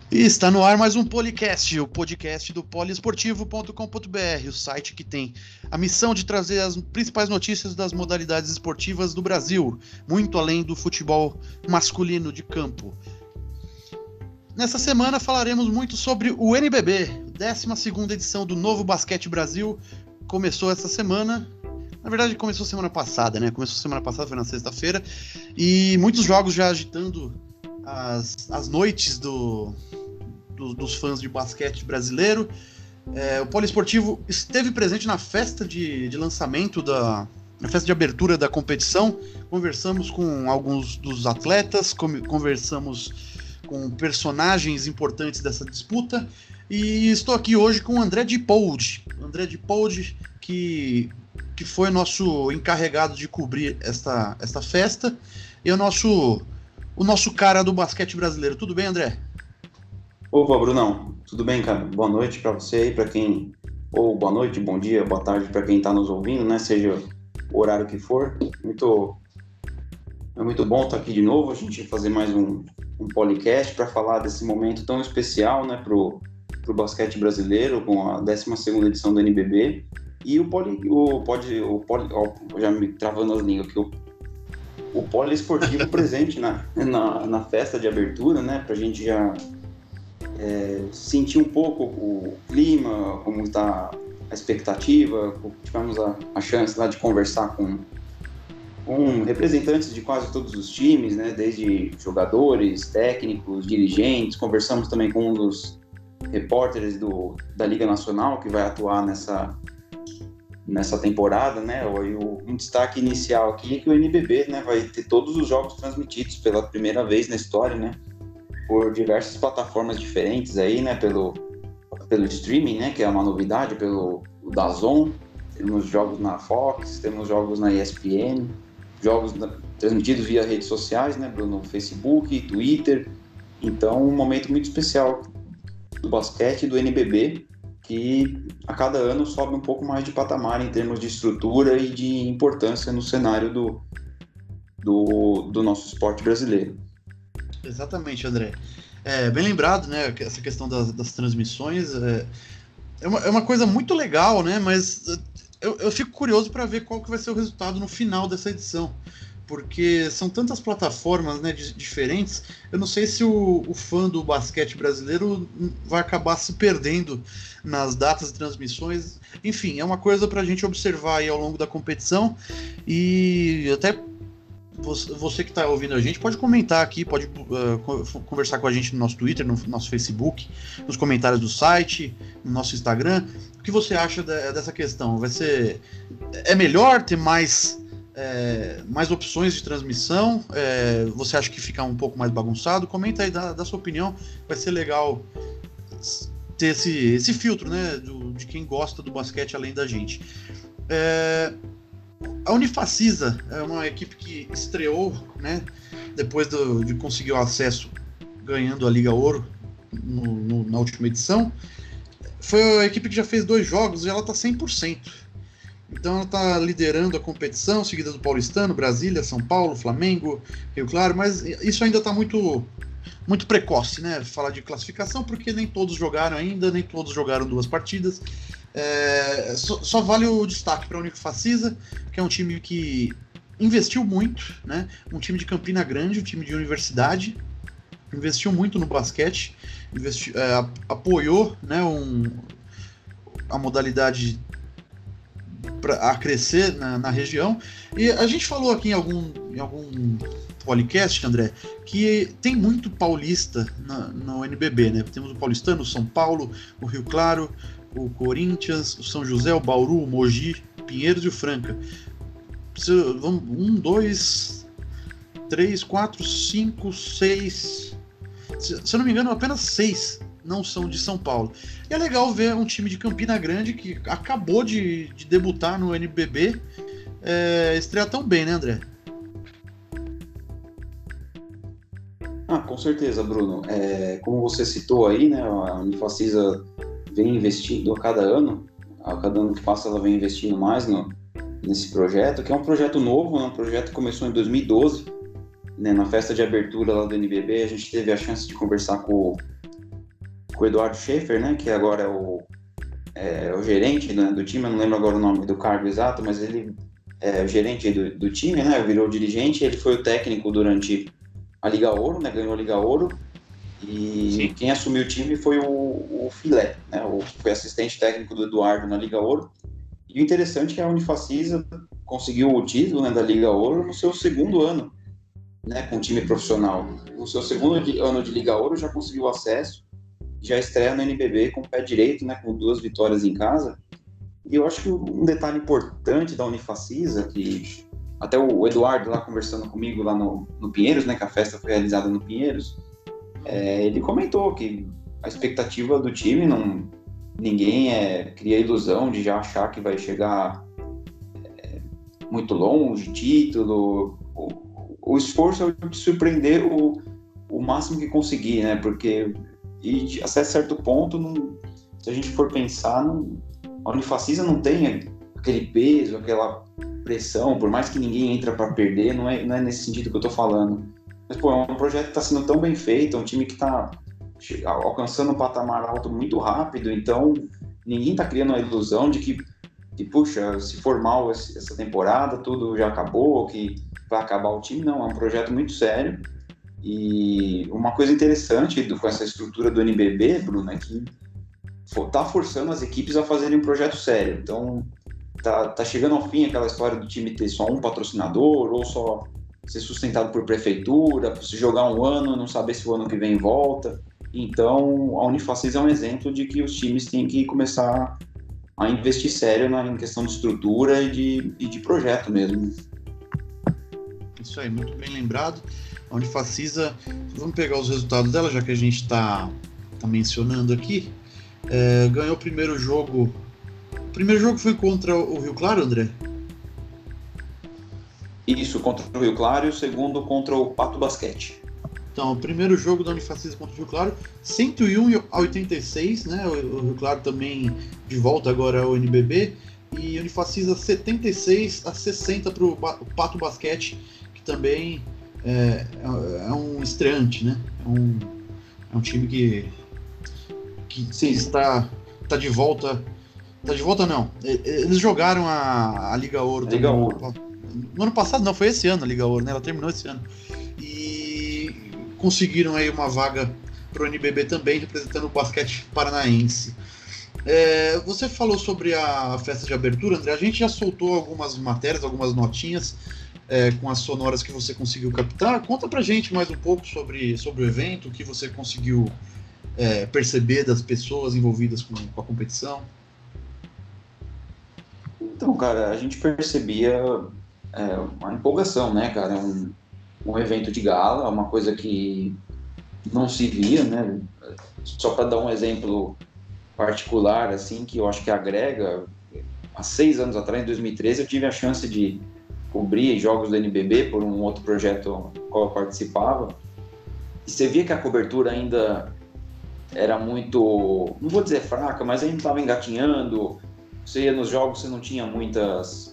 E está no ar mais um Policast, o podcast do poliesportivo.com.br, o site que tem a missão de trazer as principais notícias das modalidades esportivas do Brasil, muito além do futebol masculino de campo. Nessa semana falaremos muito sobre o NBB, 12ª edição do Novo Basquete Brasil, começou essa semana. Na verdade, começou semana passada, né? Começou semana passada, foi na sexta-feira, e muitos jogos já agitando as noites dos fãs de basquete brasileiro. O Poliesportivo esteve presente na festa de lançamento, na festa de abertura da competição. Conversamos com alguns dos atletas, conversamos com personagens importantes dessa disputa, e estou aqui hoje com o André Dipoldi. André Dipoldi, que foi nosso encarregado de cobrir esta festa, e o nosso cara do basquete brasileiro. Tudo bem, André? Opa, Brunão, tudo bem, cara? Boa noite para você aí, para quem... Ou boa noite, bom dia, boa tarde para quem está nos ouvindo, né? Seja o horário que for. É muito bom estar aqui de novo, a gente fazer mais um podcast para falar desse momento tão especial, né, pro basquete brasileiro, com a 12ª edição do NBB. E já me travando as línguas aqui, o poliesportivo presente na festa de abertura, né, pra gente já sentir um pouco o clima, como está a expectativa. Tivemos a chance lá de conversar com representantes de quase todos os times, né, desde jogadores, técnicos, dirigentes. Conversamos também com um dos repórteres da Liga Nacional que vai atuar nessa temporada, né. Um destaque inicial aqui é que o NBB, né, vai ter todos os jogos transmitidos pela primeira vez na história, né, por diversas plataformas diferentes aí, né, pelo streaming, né, que é uma novidade, pelo DAZN. Temos jogos na Fox, temos jogos na ESPN, jogos transmitidos via redes sociais, né, no Facebook, Twitter. Então, um momento muito especial do basquete, do NBB, que a cada ano sobe um pouco mais de patamar em termos de estrutura e de importância no cenário do nosso esporte brasileiro. Exatamente, André. Bem lembrado, né? Essa questão das transmissões é uma coisa muito legal, né? Mas eu fico curioso para ver qual que vai ser o resultado no final dessa edição, porque são tantas plataformas, né, diferentes. Eu não sei se o fã do basquete brasileiro vai acabar se perdendo nas datas de transmissões. Enfim, é uma coisa para a gente observar aí ao longo da competição, e até você que está ouvindo a gente pode comentar aqui, pode conversar com a gente no nosso Twitter, no nosso Facebook, nos comentários do site, no nosso Instagram. O que você acha dessa questão? É melhor ter mais opções de transmissão? Você acha que fica um pouco mais bagunçado? Comenta aí, dá sua opinião. Vai ser legal ter esse filtro, né, de quem gosta do basquete além da gente. A Unifacisa é uma equipe que estreou, né, depois de conseguir o acesso ganhando a Liga Ouro na última edição. Foi a equipe que já fez 2 jogos e ela está 100%. Então ela está liderando a competição, seguida do Paulistano, Brasília, São Paulo, Flamengo, Rio Claro, mas isso ainda está muito, muito precoce, né? Falar de classificação, porque nem todos jogaram ainda, nem todos jogaram 2 partidas. Só vale o destaque para a Unifacisa, que é um time que investiu muito, né? Um time de Campina Grande, um time de universidade, investiu muito no basquete, apoiou, né, a modalidade a crescer na região. E a gente falou aqui em algum podcast, André, que tem muito paulista no NBB, né? Temos o Paulistano, o São Paulo, o Rio Claro, o Corinthians, o São José, o Bauru, o Mogi, Pinheiros e o Franca. 1, 2, 3, 4, 5, 6. Se eu não me engano, apenas 6 não são de São Paulo. E é legal ver um time de Campina Grande que acabou de debutar no NBB estrear tão bem, né, André? Com certeza, Bruno. Como você citou aí, né, a Unifacisa vem investindo a cada ano que passa ela vem investindo mais nesse projeto, que é um projeto novo, né, um projeto que começou em 2012, né, na festa de abertura lá do NBB. A gente teve a chance de conversar com com o Eduardo Schaefer, né, que agora é o gerente, né, do time, eu não lembro agora o nome do cargo exato, mas ele é o gerente do time, né, virou dirigente, ele foi o técnico durante a Liga Ouro, né, ganhou a Liga Ouro, e Sim. Quem assumiu o time foi o Filé, né, foi assistente técnico do Eduardo na Liga Ouro. E o interessante é que a Unifacisa conseguiu o título, né, da Liga Ouro no seu segundo ano, né, com o time profissional. No seu segundo ano de Liga Ouro já conseguiu acesso, já estreia no NBB com o pé direito, né, com 2 vitórias em casa. E eu acho que um detalhe importante da Unifacisa, que até o Eduardo lá conversando comigo lá no Pinheiros, né, que a festa foi realizada no Pinheiros, ele comentou que a expectativa do time, ninguém cria a ilusão de já achar que vai chegar muito longe, título. O esforço é de surpreender o máximo que conseguir, né? Porque até certo ponto, se a gente for pensar, a Unifacisa não tem aquele peso, aquela pressão, por mais que ninguém entra para perder, não é nesse sentido que eu tô falando. Mas, pô, é um projeto que está sendo tão bem feito, é um time que está alcançando um patamar alto muito rápido, então ninguém está criando a ilusão de que, puxa, se for mal essa temporada, tudo já acabou, que vai acabar o time. Não, é um projeto muito sério. E uma coisa interessante com essa estrutura do NBB, Bruno, é que tá forçando as equipes a fazerem um projeto sério. Então, tá chegando ao fim aquela história do time ter só um patrocinador, ou só ser sustentado por prefeitura, se jogar um ano, não saber se o ano que vem volta. Então, a Unifacisa é um exemplo de que os times têm que começar a investir sério em questão de estrutura e de projeto mesmo. Isso aí, muito bem lembrado. A Unifacisa, vamos pegar os resultados dela, já que a gente está mencionando aqui. Ganhou o primeiro jogo. O primeiro jogo foi contra o Rio Claro, André? Isso, contra o Rio Claro, e o segundo contra o Pato Basquete. Então, o primeiro jogo da Unifacisa contra o Rio Claro, 101-86, né? O Rio Claro também de volta agora ao NBB. E Unifacisa 76-60 para o Pato Basquete, que também é um estreante, né? É um time que sim, está de volta. Está de volta, não. Eles jogaram a Liga Ouro também. Liga Ouro. No ano passado, não, foi esse ano a Liga Ouro, né? Ela terminou esse ano. E conseguiram aí uma vaga para o NBB também, representando o basquete paranaense. Você falou sobre a festa de abertura, André. A gente já soltou algumas matérias, algumas notinhas com as sonoras que você conseguiu captar. Conta pra gente mais um pouco sobre o evento, o que você conseguiu perceber das pessoas envolvidas com a competição. Então, cara, a gente percebia uma empolgação, né, cara? Um evento de gala, uma coisa que não se via, né? Só para dar um exemplo particular, assim, que eu acho que agrega, há 6 anos atrás, em 2013, eu tive a chance de cobrir jogos do NBB por um outro projeto no qual eu participava, e você via que a cobertura ainda era muito, não vou dizer fraca, mas ainda estava engatinhando. Você ia nos jogos, você não tinha muitas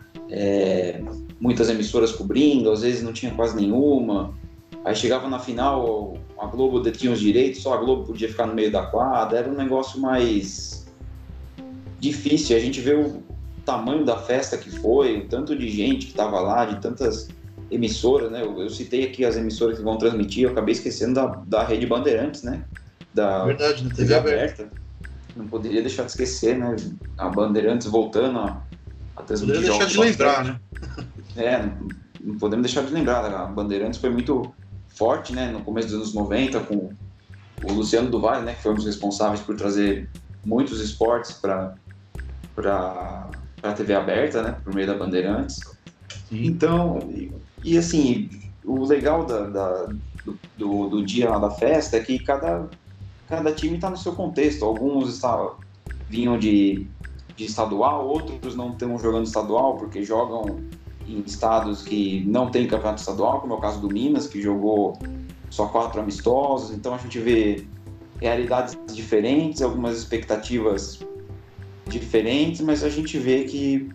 emissoras cobrindo, às vezes não tinha quase nenhuma. Aí chegava na final, a Globo detinha os direitos, só a Globo podia ficar no meio da quadra, era um negócio mais difícil. A gente vê o tamanho da festa que foi, o tanto de gente que estava lá, de tantas emissoras, né? Eu citei aqui as emissoras que vão transmitir, eu acabei esquecendo da Rede Bandeirantes, né? Verdade, na TV aberta. Não poderia deixar de esquecer, né? A Bandeirantes voltando a transmitir jogos. Poderia deixar de lembrar, né? Não podemos deixar de lembrar. A Bandeirantes foi muito forte, né? No começo dos anos 90, com o Luciano do Vale, né? Que foi um dos responsáveis por trazer muitos esportes para a TV aberta, né? Por meio da Bandeirantes. Sim. Então, e assim, o legal do dia lá da festa é que cada time está no seu contexto. Alguns vinham de estadual, outros não estão jogando estadual porque jogam em estados que não tem campeonato estadual, como é o caso do Minas, que jogou só 4 amistosos. Então a gente vê realidades diferentes, algumas expectativas diferentes, mas a gente vê que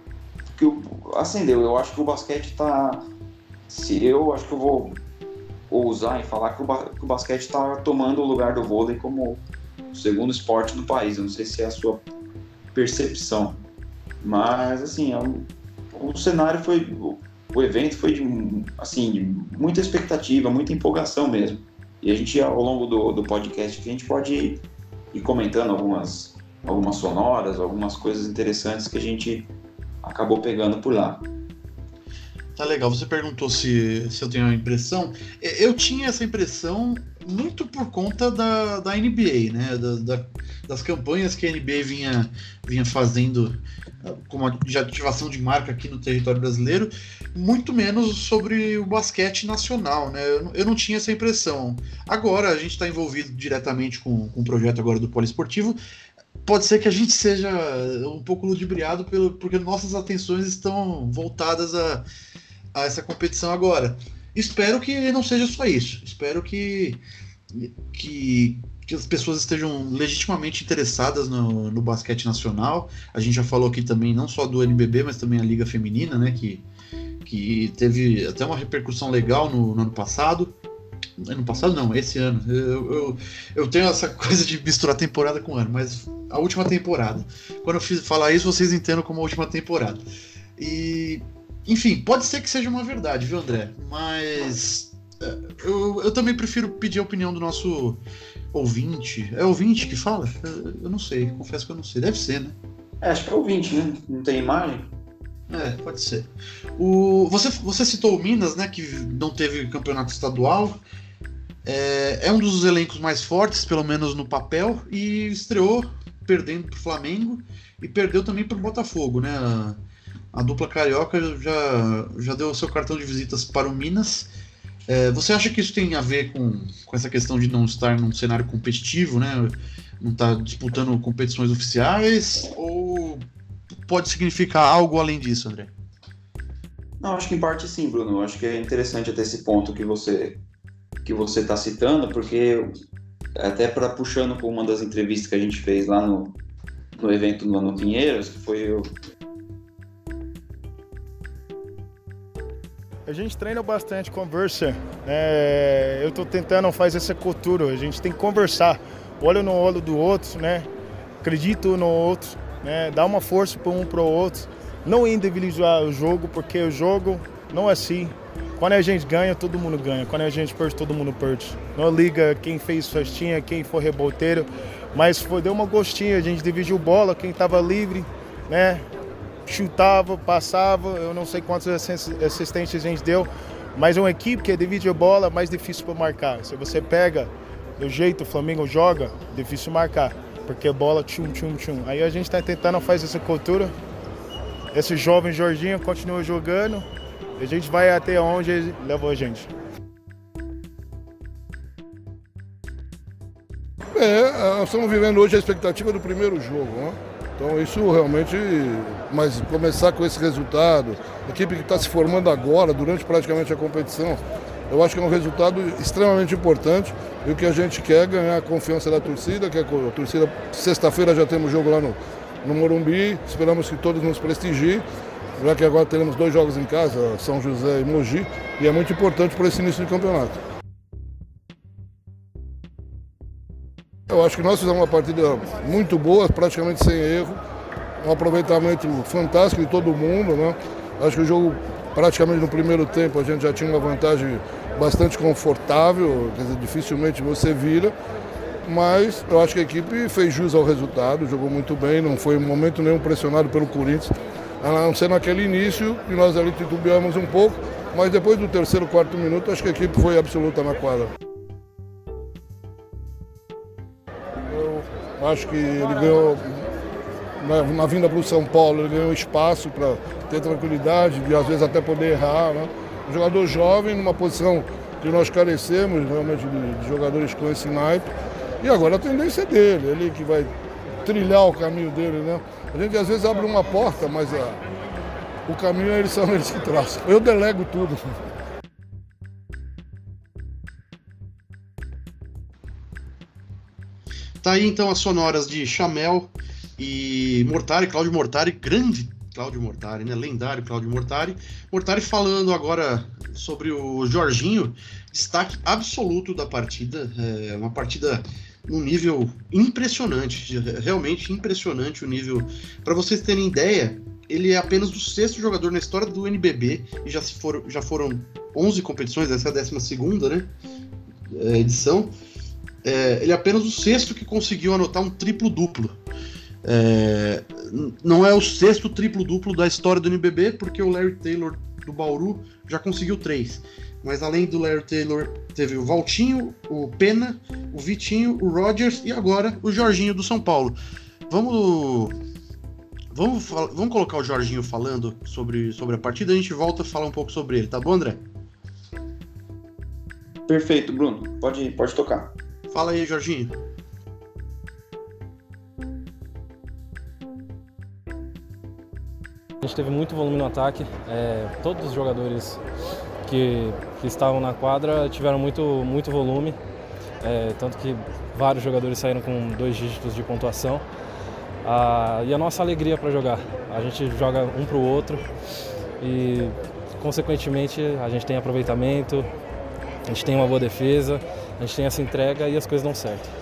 acendeu. Eu acho que o basquete eu acho que eu vou ousar em falar que o basquete está tomando o lugar do vôlei como o segundo esporte do país. Eu não sei se é a sua percepção, mas assim, o cenário o evento foi de muita expectativa, muita empolgação mesmo. E a gente, ao longo do podcast, a gente pode ir comentando algumas sonoras, algumas coisas interessantes que a gente acabou pegando por lá. Tá legal, você perguntou se eu tenho a impressão. Eu tinha essa impressão muito por conta da NBA, né? Das campanhas que a NBA vinha fazendo como de ativação de marca aqui no território brasileiro, muito menos sobre o basquete nacional, né? Eu não tinha essa impressão. Agora a gente está envolvido diretamente com o projeto agora do Poliesportivo. Pode ser que a gente seja um pouco ludibriado porque nossas atenções estão voltadas a essa competição agora. Espero que não seja só isso. Espero que as pessoas estejam legitimamente interessadas no basquete nacional. A gente já falou aqui também não só do NBB, mas também a Liga Feminina, né, que teve até uma repercussão legal no ano passado. Ano passado não, esse ano. Eu tenho essa coisa de misturar temporada com ano, mas a última temporada. Quando eu falar isso, vocês entendam como a última temporada. E, enfim, pode ser que seja uma verdade, viu, André? Mas eu também prefiro pedir a opinião do nosso ouvinte. É ouvinte que fala? Eu não sei, confesso que eu não sei. Deve ser, né? Acho que é ouvinte, né? Não tem imagem? Pode ser. Você citou o Minas, né, que não teve campeonato estadual. É um dos elencos mais fortes, pelo menos no papel, e estreou perdendo para o Flamengo e perdeu também para o Botafogo, né? A dupla carioca já deu o seu cartão de visitas para o Minas. Você acha que isso tem a ver com essa questão de não estar num cenário competitivo, né? Não estar disputando competições oficiais, ou pode significar algo além disso, André? Não, acho que em parte sim, Bruno. Acho que é interessante até esse ponto que você está citando, porque até puxando com uma das entrevistas que a gente fez lá no evento no Pinheiros, que foi A gente treina bastante, conversa. Eu estou tentando fazer essa cultura. A gente tem que conversar, olho no olho do outro, né? Acredito no outro, né? Dá uma força para um para o outro. Não individualizar o jogo, porque o jogo não é assim. Quando a gente ganha, todo mundo ganha. Quando a gente perde, todo mundo perde. Não liga quem fez festinha, quem foi reboteiro. Mas deu uma gostinha, a gente dividiu bola, quem estava livre, né? Chutava, passava, eu não sei quantas assistências a gente deu, mas é uma equipe que divide a bola, mais difícil para marcar. Se você pega do jeito o Flamengo joga, difícil marcar, porque a bola tchum. Aí a gente está tentando fazer essa cultura. Esse jovem Jorginho continua jogando, a gente vai até onde ele levou a gente. Nós estamos vivendo hoje a expectativa do primeiro jogo, né? Então isso realmente, mas começar com esse resultado, a equipe que está se formando agora, durante praticamente a competição, eu acho que é um resultado extremamente importante. E o que a gente quer é ganhar a confiança da torcida, que a torcida, sexta-feira já temos jogo lá no Morumbi, esperamos que todos nos prestigiem, já que agora teremos 2 jogos em casa, São José e Mogi, e é muito importante para esse início de campeonato. Eu acho que nós fizemos uma partida muito boa, praticamente sem erro, um aproveitamento fantástico de todo mundo, né? Acho que o jogo, praticamente no primeiro tempo, a gente já tinha uma vantagem bastante confortável, quer dizer, dificilmente você vira, mas eu acho que a equipe fez jus ao resultado, jogou muito bem, não foi em momento nenhum pressionado pelo Corinthians, a não ser naquele início, e nós ali titubeamos um pouco, mas depois do terceiro, quarto minuto, acho que a equipe foi absoluta na quadra. Acho que ele ganhou, na vinda para o São Paulo, ele ganhou espaço para ter tranquilidade, e às vezes até poder errar, né? Um jogador jovem, numa posição que nós carecemos realmente de jogadores com esse naipe, e agora a tendência é dele, ele que vai trilhar o caminho dele, né? A gente às vezes abre uma porta, mas o caminho são eles que traçam. Eu delego tudo. Tá aí então as sonoras de Chamel e Mortari, Cláudio Mortari, grande Cláudio Mortari, né? Lendário Cláudio Mortari. Mortari falando agora sobre o Jorginho, destaque absoluto da partida, uma partida num nível impressionante, realmente impressionante o nível. Para vocês terem ideia, ele é apenas o 6º jogador na história do NBB, e já foram 11 competições, essa é a 12ª, né, edição. Ele é apenas o 6º que conseguiu anotar um triplo-duplo. Não é o 6º triplo-duplo da história do NBB, porque o Larry Taylor do Bauru já conseguiu 3. Mas além do Larry Taylor, teve o Valtinho, o Pena, o Vitinho, o Rodgers e agora o Jorginho do São Paulo. Vamos colocar o Jorginho falando sobre a partida, a gente volta a falar um pouco sobre ele, tá bom, André? Perfeito, Bruno. Pode tocar. Fala aí, Jorginho. A gente teve muito volume no ataque, todos os jogadores que estavam na quadra tiveram muito volume, tanto que vários jogadores saíram com 2 dígitos de pontuação. E a nossa alegria para jogar, a gente joga um para o outro e consequentemente a gente tem aproveitamento, a gente tem uma boa defesa, a gente tem essa entrega e as coisas dão certo.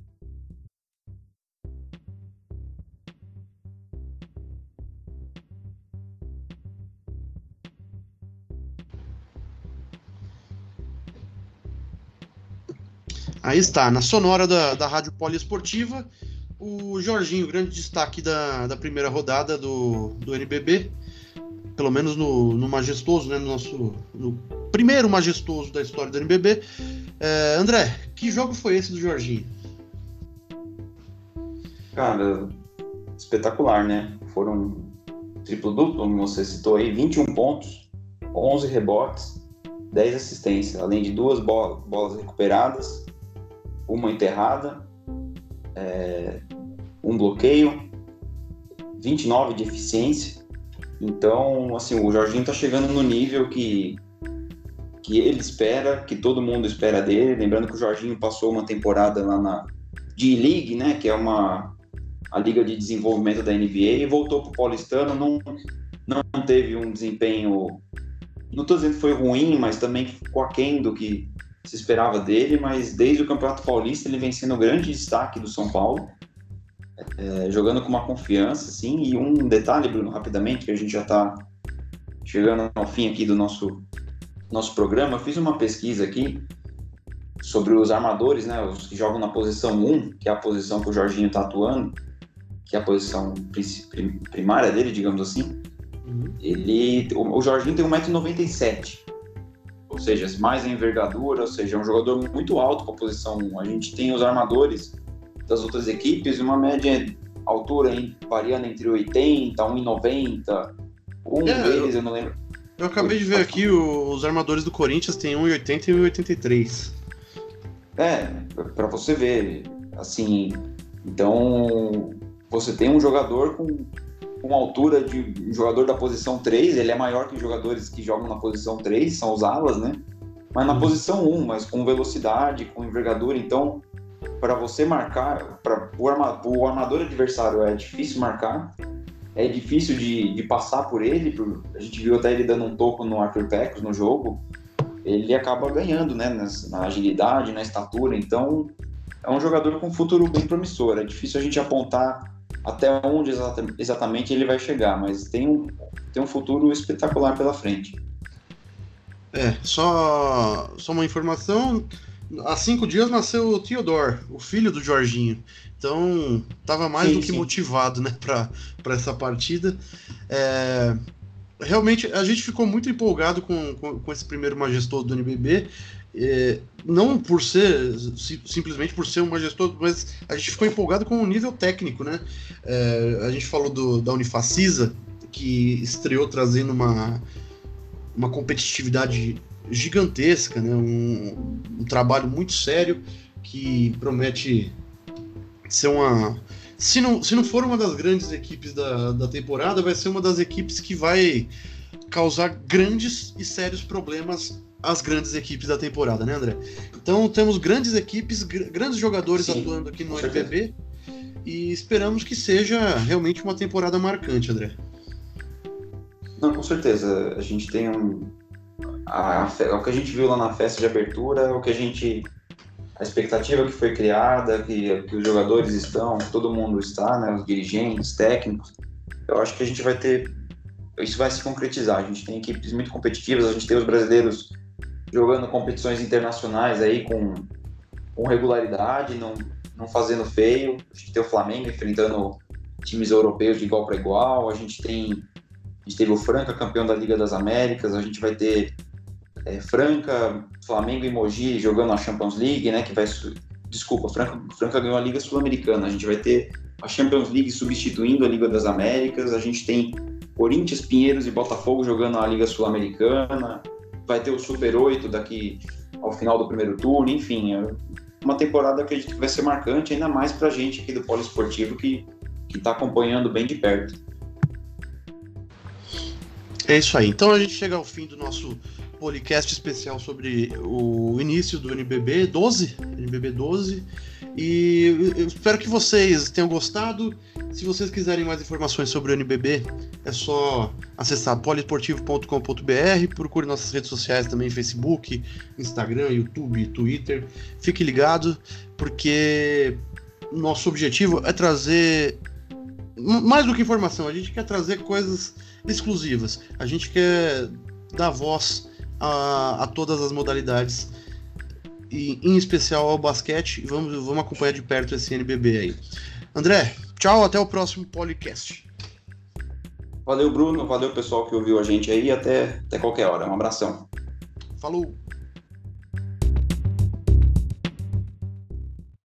Aí está, na sonora da Rádio Poliesportiva, o Jorginho, grande destaque da primeira rodada do NBB, pelo menos no majestoso, né, no primeiro majestoso da história do NBB. André, que jogo foi esse do Jorginho? Cara, espetacular, né? Foram triplo-duplo, como você citou aí, 21 pontos, 11 rebotes, 10 assistências, além de 2 bolas recuperadas, uma enterrada, um bloqueio, 29 de eficiência. Então, assim, o Jorginho tá chegando no nível que ele espera, que todo mundo espera dele. Lembrando que o Jorginho passou uma temporada lá na D-League, né, que é a liga de desenvolvimento da NBA, e voltou pro Paulistano, não teve um desempenho, não tô dizendo que foi ruim, mas também ficou aquém do que se esperava dele, mas desde o Campeonato Paulista ele vem sendo o grande destaque do São Paulo, jogando com uma confiança, assim. E um detalhe, Bruno, rapidamente, que a gente já está chegando ao fim aqui do nosso programa, eu fiz uma pesquisa aqui sobre os armadores, né, os que jogam na posição 1, que é a posição que o Jorginho está atuando, que é a posição primária dele, digamos assim. O Jorginho tem 1,97 m, ou seja, mais a envergadura, ou seja, é um jogador muito alto para a posição 1. A gente tem os armadores das outras equipes, uma média altura variando entre 80 e 1,90. Deles, eu não lembro. Eu acabei de ver aqui, os armadores do Corinthians têm 1,80 e 1,83. Para você ver, assim, então você tem um jogador com altura de um jogador da posição 3, ele é maior que os jogadores que jogam na posição 3, são os alas, né? Mas na posição 1, mas com velocidade, com envergadura. Então, para você marcar, para o armador adversário é difícil marcar, é difícil de passar por ele. A gente viu até ele dando um toco no Arthur Pecos no jogo, ele acaba ganhando, né, na agilidade, na estatura. Então, é um jogador com um futuro bem promissor. É difícil a gente apontar até onde exatamente ele vai chegar, mas tem um futuro espetacular pela frente. Só uma informação: há 5 dias nasceu o Theodore, o filho do Jorginho. Então, estava mais do que motivado, né, para essa partida. Realmente, a gente ficou muito empolgado com esse primeiro majestoso do NBB. Não por ser, simplesmente por ser um majestoso, mas a gente ficou empolgado com o nível técnico, né? A gente falou da Unifacisa, que estreou trazendo uma competitividade gigantesca, né? Um trabalho muito sério que promete ser se não for uma das grandes equipes da temporada, vai ser uma das equipes que vai causar grandes e sérios problemas às grandes equipes da temporada, né, André? Então temos grandes equipes, grandes jogadores atuando aqui no NBB, e esperamos que seja realmente uma temporada marcante, André. Não, com certeza. A gente tem o que a gente viu lá na festa de abertura, a expectativa que foi criada, que os jogadores estão, que todo mundo está, né, os dirigentes, técnicos. Eu acho que a gente vai ter, isso vai se concretizar. A gente tem equipes muito competitivas, a gente tem os brasileiros jogando competições internacionais aí com regularidade, não fazendo feio. A gente tem o Flamengo enfrentando times europeus de igual para igual. A gente teve o Franca, campeão da Liga das Américas. A gente vai ter Franca, Flamengo e Mogi jogando a Champions League, né? Franca ganhou a Liga Sul-Americana. A gente vai ter a Champions League substituindo a Liga das Américas. A gente tem Corinthians, Pinheiros e Botafogo jogando a Liga Sul-Americana. Vai ter o Super 8 daqui ao final do primeiro turno. Enfim, é uma temporada, acredito que vai ser marcante, ainda mais pra gente aqui do Poliesportivo que está acompanhando bem de perto. É isso aí. Então a gente chega ao fim do nosso podcast especial sobre o início do NBB 12, e eu espero que vocês tenham gostado. Se vocês quiserem mais informações sobre o NBB, é só acessar poliesportivo.com.br, procure nossas redes sociais também, Facebook, Instagram, YouTube, Twitter. Fique ligado, porque nosso objetivo é trazer mais do que informação, a gente quer trazer coisas exclusivas, a gente quer dar voz a todas as modalidades, e em especial ao basquete. Vamos acompanhar de perto esse NBB aí. André, tchau, até o próximo Policast. Valeu, Bruno, valeu pessoal que ouviu a gente aí, até qualquer hora. Um abração. Falou!